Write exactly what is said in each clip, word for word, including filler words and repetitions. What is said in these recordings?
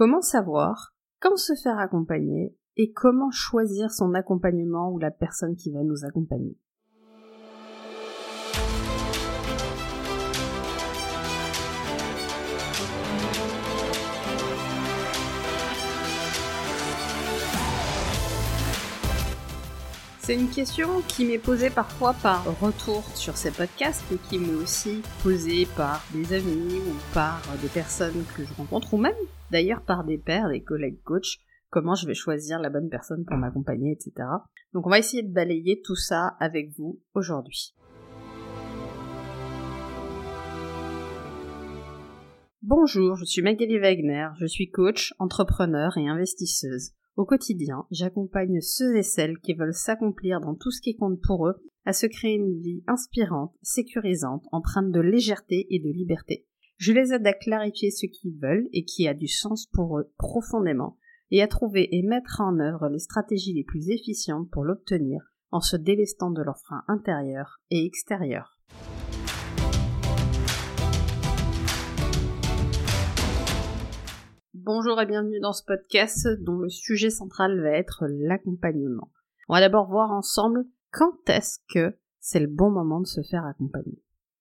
Comment savoir quand se faire accompagner et comment choisir son accompagnement ou la personne qui va nous accompagner. C'est une question qui m'est posée parfois par retour sur ces podcasts et qui m'est aussi posée par des amis ou par des personnes que je rencontre ou même d'ailleurs par des pairs, des collègues coachs, comment je vais choisir la bonne personne pour m'accompagner, et cetera. Donc on va essayer de balayer tout ça avec vous aujourd'hui. Bonjour, je suis Magali Wagner, je suis coach, entrepreneur et investisseuse. Au quotidien, j'accompagne ceux et celles qui veulent s'accomplir dans tout ce qui compte pour eux, à se créer une vie inspirante, sécurisante, empreinte de légèreté et de liberté. Je les aide à clarifier ce qu'ils veulent et qui a du sens pour eux profondément, et à trouver et mettre en œuvre les stratégies les plus efficientes pour l'obtenir, en se délestant de leurs freins intérieurs et extérieurs. Bonjour et bienvenue dans ce podcast dont le sujet central va être l'accompagnement. On va d'abord voir ensemble quand est-ce que c'est le bon moment de se faire accompagner.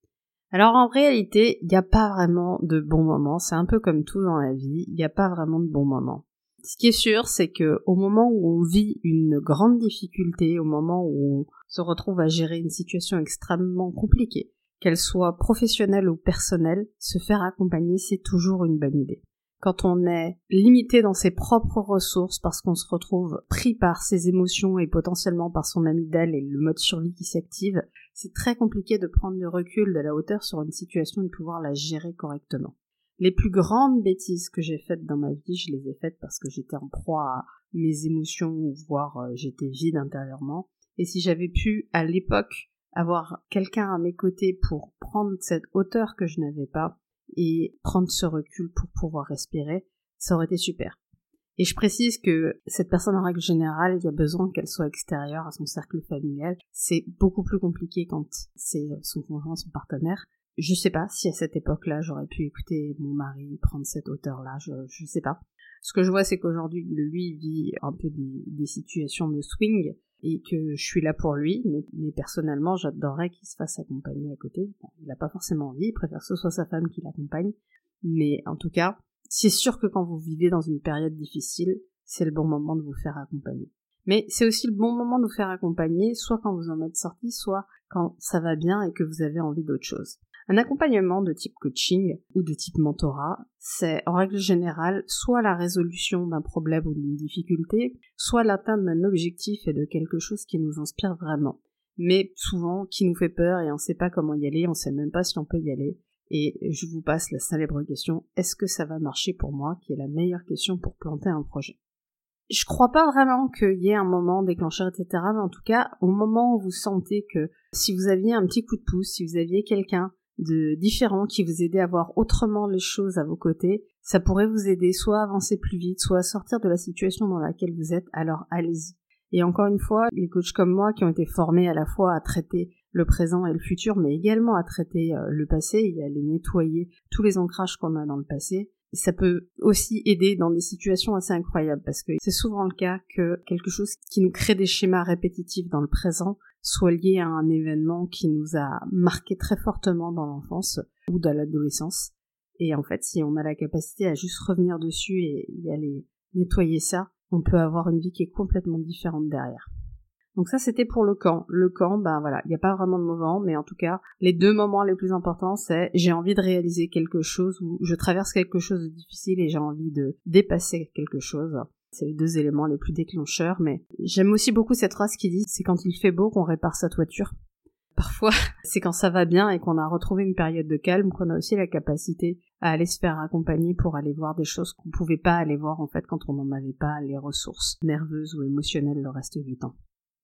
Alors en réalité, il n'y a pas vraiment de bon moment, c'est un peu comme tout dans la vie, il n'y a pas vraiment de bon moment. Ce qui est sûr, c'est que au moment où on vit une grande difficulté, au moment où on se retrouve à gérer une situation extrêmement compliquée, qu'elle soit professionnelle ou personnelle, se faire accompagner, c'est toujours une bonne idée. Quand on est limité dans ses propres ressources parce qu'on se retrouve pris par ses émotions et potentiellement par son amygdale et le mode survie qui s'active, c'est très compliqué de prendre du recul, de la hauteur sur une situation et de pouvoir la gérer correctement. Les plus grandes bêtises que j'ai faites dans ma vie, je les ai faites parce que j'étais en proie à mes émotions, voire euh, j'étais vide intérieurement. Et si j'avais pu, à l'époque, avoir quelqu'un à mes côtés pour prendre cette hauteur que je n'avais pas, et prendre ce recul pour pouvoir respirer, ça aurait été super. Et je précise que cette personne en règle générale, il y a besoin qu'elle soit extérieure à son cercle familial. C'est beaucoup plus compliqué quand c'est son conjoint, son partenaire. Je sais pas si à cette époque-là, j'aurais pu écouter mon mari prendre cette hauteur-là, je, je sais pas. Ce que je vois, c'est qu'aujourd'hui, lui vit un peu des, des situations de swing, et que je suis là pour lui, mais, mais personnellement, j'adorerais qu'il se fasse accompagner à côté. Bon, il n'a pas forcément envie, il préfère que ce soit sa femme qui l'accompagne, mais en tout cas, c'est sûr que quand vous vivez dans une période difficile, c'est le bon moment de vous faire accompagner. Mais c'est aussi le bon moment de vous faire accompagner, soit quand vous en êtes sorti, soit quand ça va bien et que vous avez envie d'autre chose. Un accompagnement de type coaching ou de type mentorat, c'est en règle générale soit la résolution d'un problème ou d'une difficulté, soit l'atteinte d'un objectif et de quelque chose qui nous inspire vraiment. Mais souvent qui nous fait peur et on ne sait pas comment y aller, on ne sait même pas si on peut y aller. Et je vous passe la célèbre question, est-ce que ça va marcher pour moi, qui est la meilleure question pour planter un projet. Je crois pas vraiment qu'il y ait un moment déclencheur, et cetera. Mais en tout cas, au moment où vous sentez que si vous aviez un petit coup de pouce, si vous aviez quelqu'un de différent qui vous aidait à voir autrement les choses à vos côtés, ça pourrait vous aider soit à avancer plus vite, soit à sortir de la situation dans laquelle vous êtes, alors allez-y. Et encore une fois, les coachs comme moi qui ont été formés à la fois à traiter le présent et le futur, mais également à traiter le passé et à les nettoyer tous les ancrages qu'on a dans le passé, ça peut aussi aider dans des situations assez incroyables, parce que c'est souvent le cas que quelque chose qui nous crée des schémas répétitifs dans le présent soit lié à un événement qui nous a marqué très fortement dans l'enfance ou dans l'adolescence. Et en fait, si on a la capacité à juste revenir dessus et y aller nettoyer ça, on peut avoir une vie qui est complètement différente derrière. Donc ça, c'était pour le quand. Le quand, ben voilà, il n'y a pas vraiment de moment, mais en tout cas, les deux moments les plus importants, c'est j'ai envie de réaliser quelque chose ou je traverse quelque chose de difficile et j'ai envie de dépasser quelque chose. C'est les deux éléments les plus déclencheurs, mais j'aime aussi beaucoup cette phrase qui dit « c'est quand il fait beau qu'on répare sa toiture ». Parfois, c'est quand ça va bien et qu'on a retrouvé une période de calme qu'on a aussi la capacité à aller se faire accompagner pour aller voir des choses qu'on pouvait pas aller voir en fait quand on n'en avait pas les ressources nerveuses ou émotionnelles le reste du temps.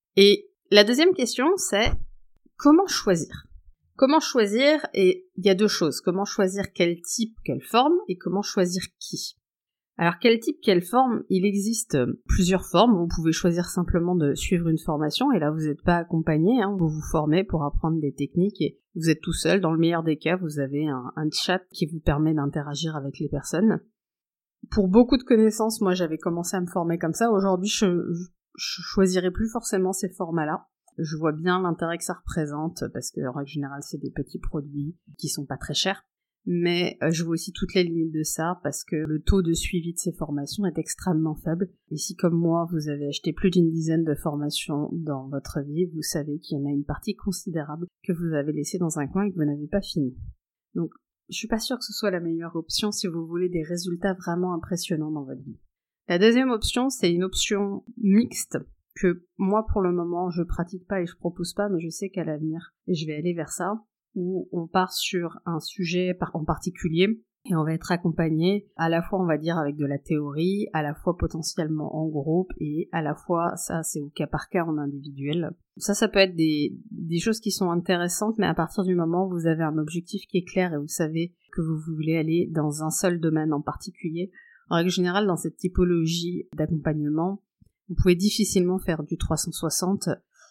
Et la deuxième question, c'est comment choisir ? Comment choisir ? Et il y a deux choses. Comment choisir quel type, quelle forme, et comment choisir qui ? Alors quel type, quelle forme ? Il existe plusieurs formes. Vous pouvez choisir simplement de suivre une formation, et là vous n'êtes pas accompagné, hein, vous vous formez pour apprendre des techniques, et vous êtes tout seul. Dans le meilleur des cas, vous avez un, un chat qui vous permet d'interagir avec les personnes. pour beaucoup de connaissances, moi j'avais commencé à me former comme ça. Aujourd'hui, je, je, je choisirais plus forcément ces formats-là. Je vois bien l'intérêt que ça représente, parce que en règle générale, c'est des petits produits qui sont pas très chers. Mais euh, je vois aussi toutes les limites de ça, parce que le taux de suivi de ces formations est extrêmement faible. Et si, comme moi, vous avez acheté plus d'une dizaine de formations dans votre vie, vous savez qu'il y en a une partie considérable que vous avez laissée dans un coin et que vous n'avez pas fini. Donc, je suis pas sûre que ce soit la meilleure option si vous voulez des résultats vraiment impressionnants dans votre vie. La deuxième option, c'est une option mixte, que moi, pour le moment, je pratique pas et je propose pas, mais je sais qu'à l'avenir, je vais aller vers ça, où on part sur un sujet en particulier et on va être accompagné à la fois, on va dire, avec de la théorie, à la fois potentiellement en groupe et à la fois, ça c'est au cas par cas en individuel. Ça, ça peut être des, des choses qui sont intéressantes, mais à partir du moment où vous avez un objectif qui est clair et vous savez que vous voulez aller dans un seul domaine en particulier, en règle générale, dans cette typologie d'accompagnement, vous pouvez difficilement faire du trois cent soixante.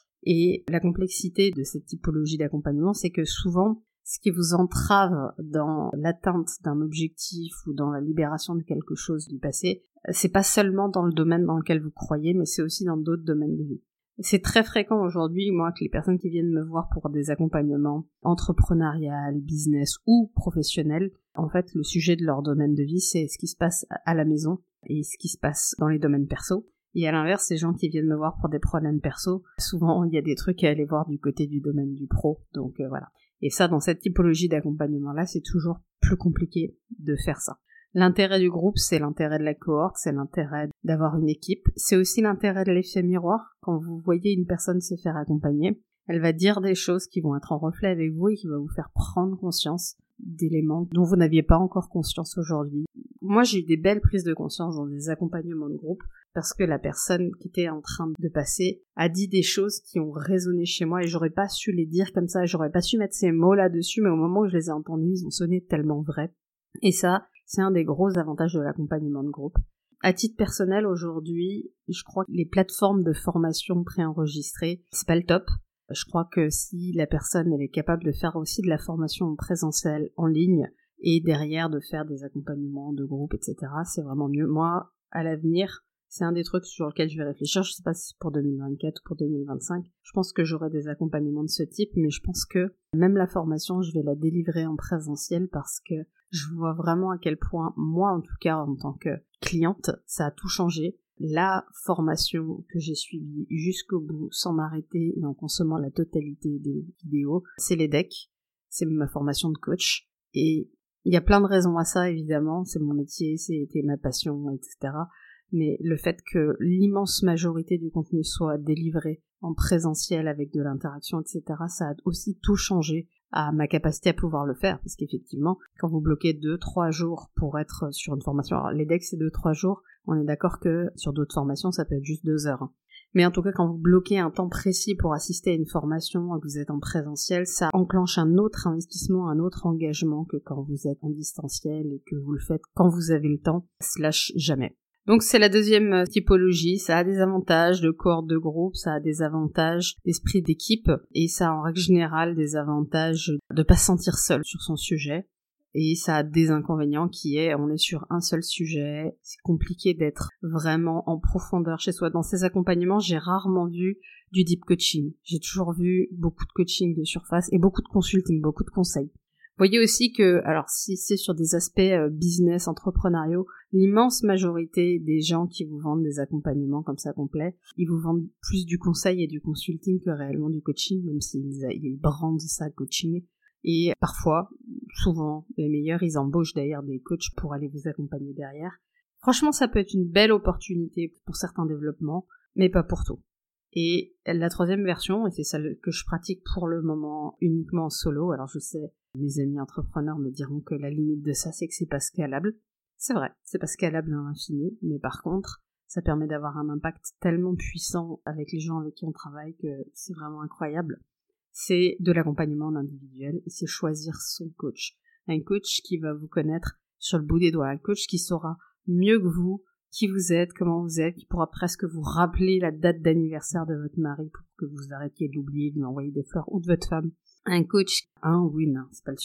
Et la complexité de cette typologie d'accompagnement, c'est que souvent, ce qui vous entrave dans l'atteinte d'un objectif ou dans la libération de quelque chose du passé, c'est pas seulement dans le domaine dans lequel vous croyez, mais c'est aussi dans d'autres domaines de vie. C'est très fréquent aujourd'hui, moi, que les personnes qui viennent me voir pour des accompagnements entrepreneurial, business ou professionnels, en fait, le sujet de leur domaine de vie, c'est ce qui se passe à la maison et ce qui se passe dans les domaines perso. Et à l'inverse, ces gens qui viennent me voir pour des problèmes perso, souvent, il y a des trucs à aller voir du côté du domaine du pro. Donc euh, voilà. Et ça, dans cette typologie d'accompagnement-là, c'est toujours plus compliqué de faire ça. L'intérêt du groupe, c'est l'intérêt de la cohorte, c'est l'intérêt d'avoir une équipe. C'est aussi l'intérêt de l'effet miroir. Quand vous voyez une personne se faire accompagner, elle va dire des choses qui vont être en reflet avec vous et qui vont vous faire prendre conscience d'éléments dont vous n'aviez pas encore conscience aujourd'hui. Moi, j'ai eu des belles prises de conscience dans des accompagnements de groupe parce que la personne qui était en train de passer a dit des choses qui ont résonné chez moi et j'aurais pas su les dire comme ça, j'aurais pas su mettre ces mots là-dessus, mais au moment où je les ai entendus, ils ont sonné tellement vrais. Et ça, c'est un des gros avantages de l'accompagnement de groupe. À titre personnel, aujourd'hui, je crois que les plateformes de formation préenregistrées, c'est pas le top. Je crois que si la personne elle est capable de faire aussi de la formation en présentiel en ligne et derrière de faire des accompagnements de groupe, et cetera, c'est vraiment mieux. Moi, à l'avenir, c'est un des trucs sur lesquels je vais réfléchir. Je sais pas si c'est pour deux mille vingt-quatre ou pour deux mille vingt-cinq. Je pense que j'aurai des accompagnements de ce type, mais je pense que même la formation, je vais la délivrer en présentiel parce que je vois vraiment à quel point, moi en tout cas, en tant que cliente, ça a tout changé. La formation que j'ai suivie jusqu'au bout, sans m'arrêter et en consommant la totalité des vidéos, c'est l'E D E C, c'est ma formation de coach. Et il y a plein de raisons à ça, évidemment, c'est mon métier, c'était ma passion, et cetera. Mais le fait que l'immense majorité du contenu soit délivré en présentiel avec de l'interaction, et cetera, ça a aussi tout changé à ma capacité à pouvoir le faire. Parce qu'effectivement, quand vous bloquez deux, trois jours pour être sur une formation, alors l'E D E C c'est deux, trois jours, on est d'accord que sur d'autres formations, ça peut être juste deux heures. Mais en tout cas, quand vous bloquez un temps précis pour assister à une formation et que vous êtes en présentiel, ça enclenche un autre investissement, un autre engagement que quand vous êtes en distanciel et que vous le faites quand vous avez le temps, slash jamais. Donc c'est la deuxième typologie, ça a des avantages de cohorte de groupe, ça a des avantages d'esprit d'équipe, et ça a en règle générale des avantages de pas se sentir seul sur son sujet. Et ça a des inconvénients qui est, on est sur un seul sujet, c'est compliqué d'être vraiment en profondeur chez soi. Dans ces accompagnements, j'ai rarement vu du deep coaching. J'ai toujours vu beaucoup de coaching de surface et beaucoup de consulting, beaucoup de conseils. Vous voyez aussi que, alors si c'est sur des aspects euh, business, entrepreneuriaux, l'immense majorité des gens qui vous vendent des accompagnements comme ça complets, ils vous vendent plus du conseil et du consulting que réellement du coaching, même s'ils ils brandent ça coaching. Et parfois, souvent, les meilleurs, ils embauchent d'ailleurs des coachs pour aller vous accompagner derrière. Franchement, ça peut être une belle opportunité pour certains développements, mais pas pour tout. Et la troisième version, et c'est celle que je pratique pour le moment uniquement en solo, alors je sais, mes amis entrepreneurs me diront que la limite de ça, c'est que c'est pas scalable. C'est vrai, c'est pas scalable à l'infini, mais par contre, ça permet d'avoir un impact tellement puissant avec les gens avec qui on travaille que c'est vraiment incroyable. C'est de l'accompagnement en individuel et c'est choisir son coach. Un coach qui va vous connaître sur le bout des doigts, un coach qui saura mieux que vous qui vous êtes, comment vous êtes, qui pourra presque vous rappeler la date d'anniversaire de votre mari pour que vous arrêtiez de l'oublier, de lui envoyer des fleurs, ou de votre femme. Un coach, un ou une, c'est pas le sujet,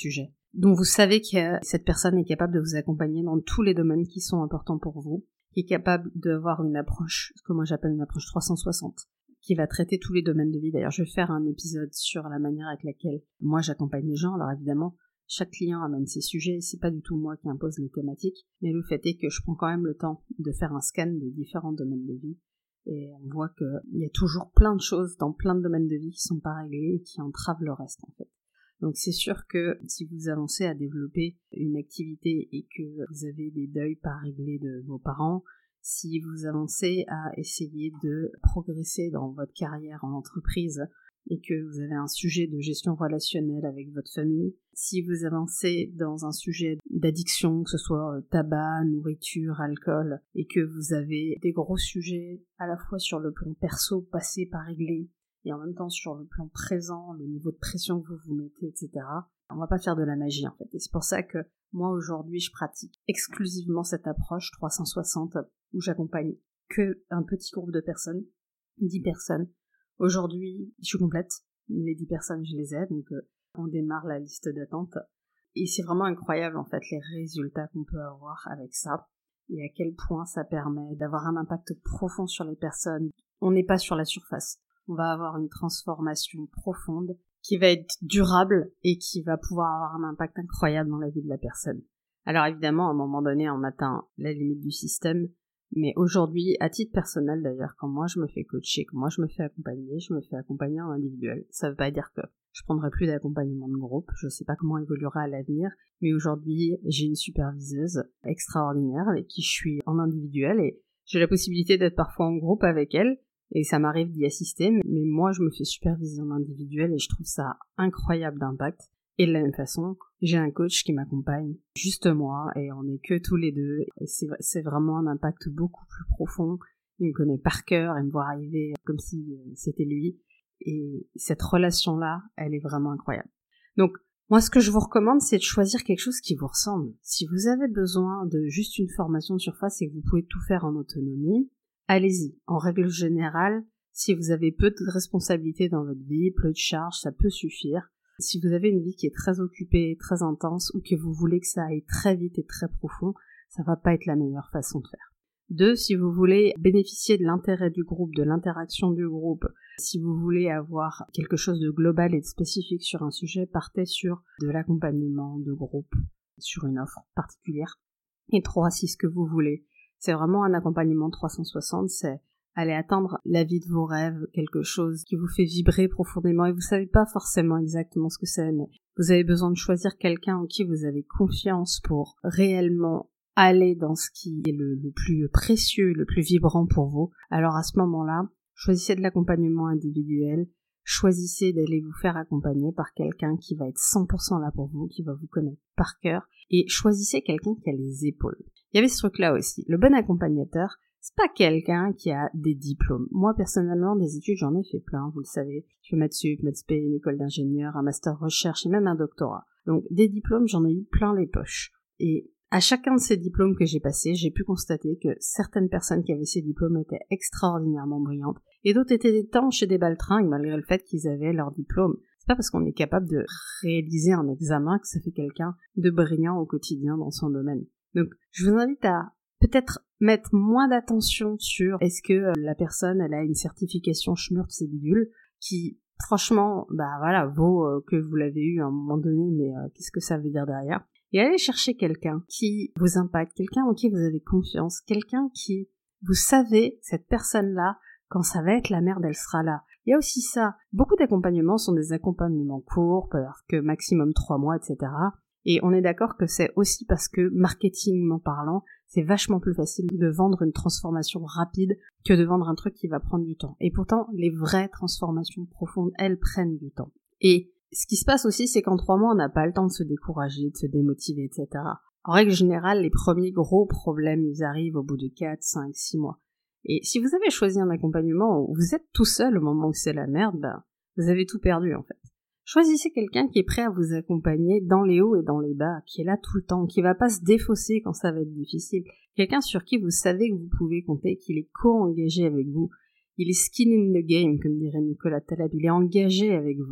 dont vous savez que cette personne est capable de vous accompagner dans tous les domaines qui sont importants pour vous, qui est capable d'avoir une approche, ce que moi j'appelle une approche trois cent soixante, qui va traiter tous les domaines de vie. D'ailleurs, je vais faire un épisode sur la manière avec laquelle moi j'accompagne les gens. Alors évidemment, chaque client amène ses sujets, c'est pas du tout moi qui impose les thématiques, mais le fait est que je prends quand même le temps de faire un scan des différents domaines de vie, et on voit qu'il y a toujours plein de choses dans plein de domaines de vie qui sont pas réglés et qui entravent le reste en fait. Donc c'est sûr que si vous avancez à développer une activité et que vous avez des deuils pas réglés de vos parents, si vous avancez à essayer de progresser dans votre carrière en entreprise et que vous avez un sujet de gestion relationnelle avec votre famille, si vous avancez dans un sujet d'addiction, que ce soit tabac, nourriture, alcool, et que vous avez des gros sujets à la fois sur le plan perso, passé, pas réglé, et en même temps sur le plan présent, le niveau de pression que vous vous mettez, et cetera. On va pas faire de la magie en fait. Et c'est pour ça que moi aujourd'hui je pratique exclusivement cette approche trois cent soixante où j'accompagne que un petit groupe de personnes, dix personnes. Aujourd'hui, je suis complète. Les dix personnes, je les ai, donc euh, on démarre la liste d'attente. Et c'est vraiment incroyable en fait les résultats qu'on peut avoir avec ça et à quel point ça permet d'avoir un impact profond sur les personnes. On n'est pas sur la surface. On va avoir une transformation profonde qui va être durable et qui va pouvoir avoir un impact incroyable dans la vie de la personne. Alors évidemment, à un moment donné, on atteint la limite du système, mais aujourd'hui, à titre personnel d'ailleurs, quand moi je me fais coacher, quand moi je me fais accompagner, je me fais accompagner en individuel. Ça veut pas dire que je prendrai plus d'accompagnement de groupe, je sais pas comment évoluera à l'avenir, mais aujourd'hui, j'ai une superviseuse extraordinaire avec qui je suis en individuel et j'ai la possibilité d'être parfois en groupe avec elle. Et ça m'arrive d'y assister, mais moi je me fais superviser en individuel et je trouve ça incroyable d'impact. Et de la même façon, j'ai un coach qui m'accompagne, juste moi, et on n'est que tous les deux. Et c'est, c'est vraiment un impact beaucoup plus profond. Il me connaît par cœur, il me voit arriver comme si c'était lui. Et cette relation-là, elle est vraiment incroyable. Donc, moi ce que je vous recommande, c'est de choisir quelque chose qui vous ressemble. Si vous avez besoin de juste une formation de surface et que vous pouvez tout faire en autonomie, allez-y. En règle générale, si vous avez peu de responsabilités dans votre vie, peu de charges, ça peut suffire. Si vous avez une vie qui est très occupée, très intense, ou que vous voulez que ça aille très vite et très profond, ça va pas être la meilleure façon de faire. Deux, si vous voulez bénéficier de l'intérêt du groupe, de l'interaction du groupe, si vous voulez avoir quelque chose de global et de spécifique sur un sujet, partez sur de l'accompagnement de groupe, sur une offre particulière. Et trois, si ce que vous voulez, c'est vraiment un accompagnement trois cent soixante, c'est aller atteindre la vie de vos rêves, quelque chose qui vous fait vibrer profondément et vous savez pas forcément exactement ce que c'est, mais vous avez besoin de choisir quelqu'un en qui vous avez confiance pour réellement aller dans ce qui est le, le plus précieux, le plus vibrant pour vous. Alors à ce moment-là, choisissez de l'accompagnement individuel, choisissez d'aller vous faire accompagner par quelqu'un qui va être cent pour cent là pour vous, qui va vous connaître par cœur, et choisissez quelqu'un qui a les épaules. Il y avait ce truc-là aussi. Le bon accompagnateur, c'est pas quelqu'un qui a des diplômes. Moi, personnellement, des études, j'en ai fait plein, vous le savez. Je fais maths sup, maths spé, une école d'ingénieur, un master recherche et même un doctorat. Donc, des diplômes, j'en ai eu plein les poches. Et à chacun de ces diplômes que j'ai passés, j'ai pu constater que certaines personnes qui avaient ces diplômes étaient extraordinairement brillantes et d'autres étaient des tanches et des baltringues malgré le fait qu'ils avaient leur diplôme. C'est pas parce qu'on est capable de réaliser un examen que ça fait quelqu'un de brillant au quotidien dans son domaine. Donc, je vous invite à peut-être mettre moins d'attention sur est-ce que la personne, elle a une certification schmurtz et bidule qui, franchement, bah voilà, vaut euh, que vous l'avez eu à un moment donné, mais euh, qu'est-ce que ça veut dire derrière? Et allez chercher quelqu'un qui vous impacte, quelqu'un en qui vous avez confiance, quelqu'un qui, vous savez, cette personne-là, quand ça va être la merde, elle sera là. Il y a aussi ça. Beaucoup d'accompagnements sont des accompagnements courts, parce que maximum trois mois, et cetera. Et on est d'accord que c'est aussi parce que, marketingment parlant, c'est vachement plus facile de vendre une transformation rapide que de vendre un truc qui va prendre du temps. Et pourtant, les vraies transformations profondes, elles prennent du temps. Et ce qui se passe aussi, c'est qu'en trois mois, on n'a pas le temps de se décourager, de se démotiver, et cetera. En règle générale, les premiers gros problèmes, ils arrivent au bout de quatre, cinq, six mois. Et si vous avez choisi un accompagnement où vous êtes tout seul au moment où c'est la merde, ben, vous avez tout perdu en fait. Choisissez quelqu'un qui est prêt à vous accompagner dans les hauts et dans les bas, qui est là tout le temps, qui va pas se défausser quand ça va être difficile. Quelqu'un sur qui vous savez que vous pouvez compter, qu'il est co-engagé avec vous. Il est skin in the game, comme dirait Nicolas Taleb, il est engagé avec vous.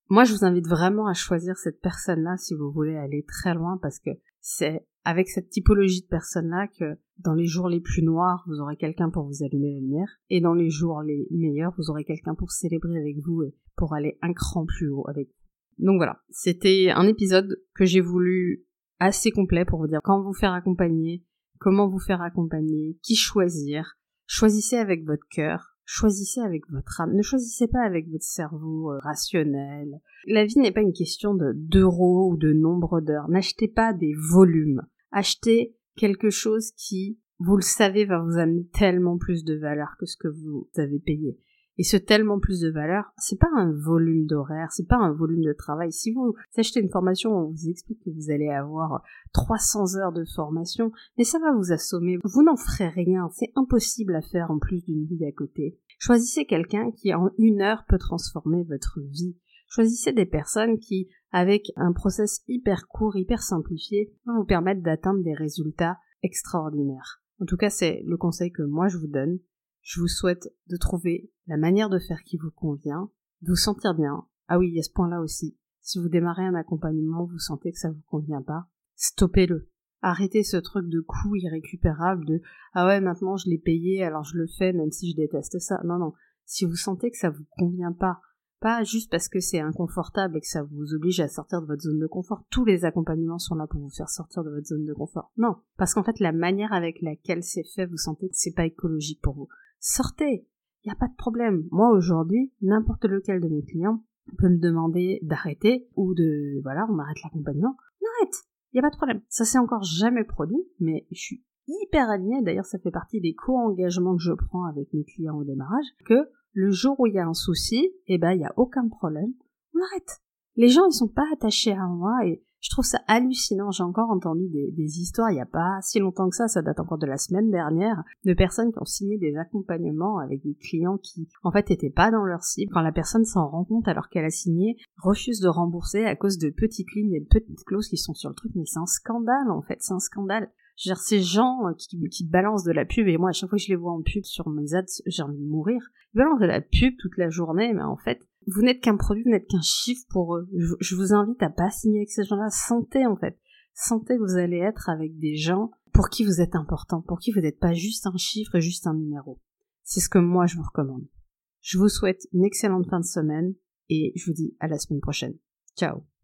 Moi, je vous invite vraiment à choisir cette personne-là si vous voulez aller très loin, parce que c'est avec cette typologie de personne-là que dans les jours les plus noirs, vous aurez quelqu'un pour vous allumer la lumière, et dans les jours les meilleurs, vous aurez quelqu'un pour célébrer avec vous et pour aller un cran plus haut avec vous. Donc voilà, c'était un épisode que j'ai voulu assez complet pour vous dire quand vous faire accompagner, comment vous faire accompagner, qui choisir. Choisissez avec votre cœur. Choisissez avec votre âme, ne choisissez pas avec votre cerveau euh, rationnel. La vie n'est pas une question de d'euros ou de nombre d'heures. N'achetez pas des volumes. Achetez quelque chose qui, vous le savez, va vous amener tellement plus de valeur que ce que vous avez payé. Et ce tellement plus de valeur, c'est pas un volume d'horaire, c'est pas un volume de travail. Si vous achetez une formation, on vous explique que vous allez avoir trois cents heures de formation, mais ça va vous assommer. Vous n'en ferez rien, c'est impossible à faire en plus d'une vie à côté. Choisissez quelqu'un qui en une heure peut transformer votre vie. Choisissez des personnes qui, avec un process hyper court, hyper simplifié, vont vous permettre d'atteindre des résultats extraordinaires. En tout cas, c'est le conseil que moi je vous donne. Je vous souhaite de trouver la manière de faire qui vous convient, de vous sentir bien. Ah oui, il y a ce point-là aussi. Si vous démarrez un accompagnement, vous sentez que ça vous convient pas, stoppez-le. Arrêtez ce truc de coût irrécupérable de « Ah ouais, maintenant je l'ai payé, alors je le fais même si je déteste ça ». Non, non. Si vous sentez que ça vous convient pas, pas juste parce que c'est inconfortable et que ça vous oblige à sortir de votre zone de confort. Tous les accompagnements sont là pour vous faire sortir de votre zone de confort. Non. Parce qu'en fait, la manière avec laquelle c'est fait, vous sentez que c'est pas écologique pour vous. Sortez, il n'y a pas de problème. Moi, aujourd'hui, n'importe lequel de mes clients peut me demander d'arrêter ou de, voilà, on arrête l'accompagnement. On arrête, il n'y a pas de problème. Ça s'est encore jamais produit, mais je suis hyper alignée. D'ailleurs, ça fait partie des co-engagements que je prends avec mes clients au démarrage, que le jour où il y a un souci, eh ben, il n'y a aucun problème. On arrête. Les gens, ils sont pas attachés à moi et je trouve ça hallucinant. J'ai encore entendu des, des histoires, il n'y a pas si longtemps que ça, ça date encore de la semaine dernière, de personnes qui ont signé des accompagnements avec des clients qui, en fait, étaient pas dans leur cible. Quand la personne s'en rend compte alors qu'elle a signé, refuse de rembourser à cause de petites lignes et de petites clauses qui sont sur le truc. Mais c'est un scandale, en fait, c'est un scandale. Je veux dire, ces gens qui, qui balancent de la pub, et moi, à chaque fois que je les vois en pub sur mes ads, j'ai envie de mourir. Ils balancent de la pub toute la journée, mais en fait, vous n'êtes qu'un produit, vous n'êtes qu'un chiffre pour eux. Je, je vous invite à pas signer avec ces gens-là. Sentez, en fait. Sentez que vous allez être avec des gens pour qui vous êtes important, pour qui vous n'êtes pas juste un chiffre et juste un numéro. C'est ce que moi, je vous recommande. Je vous souhaite une excellente fin de semaine et je vous dis à la semaine prochaine. Ciao.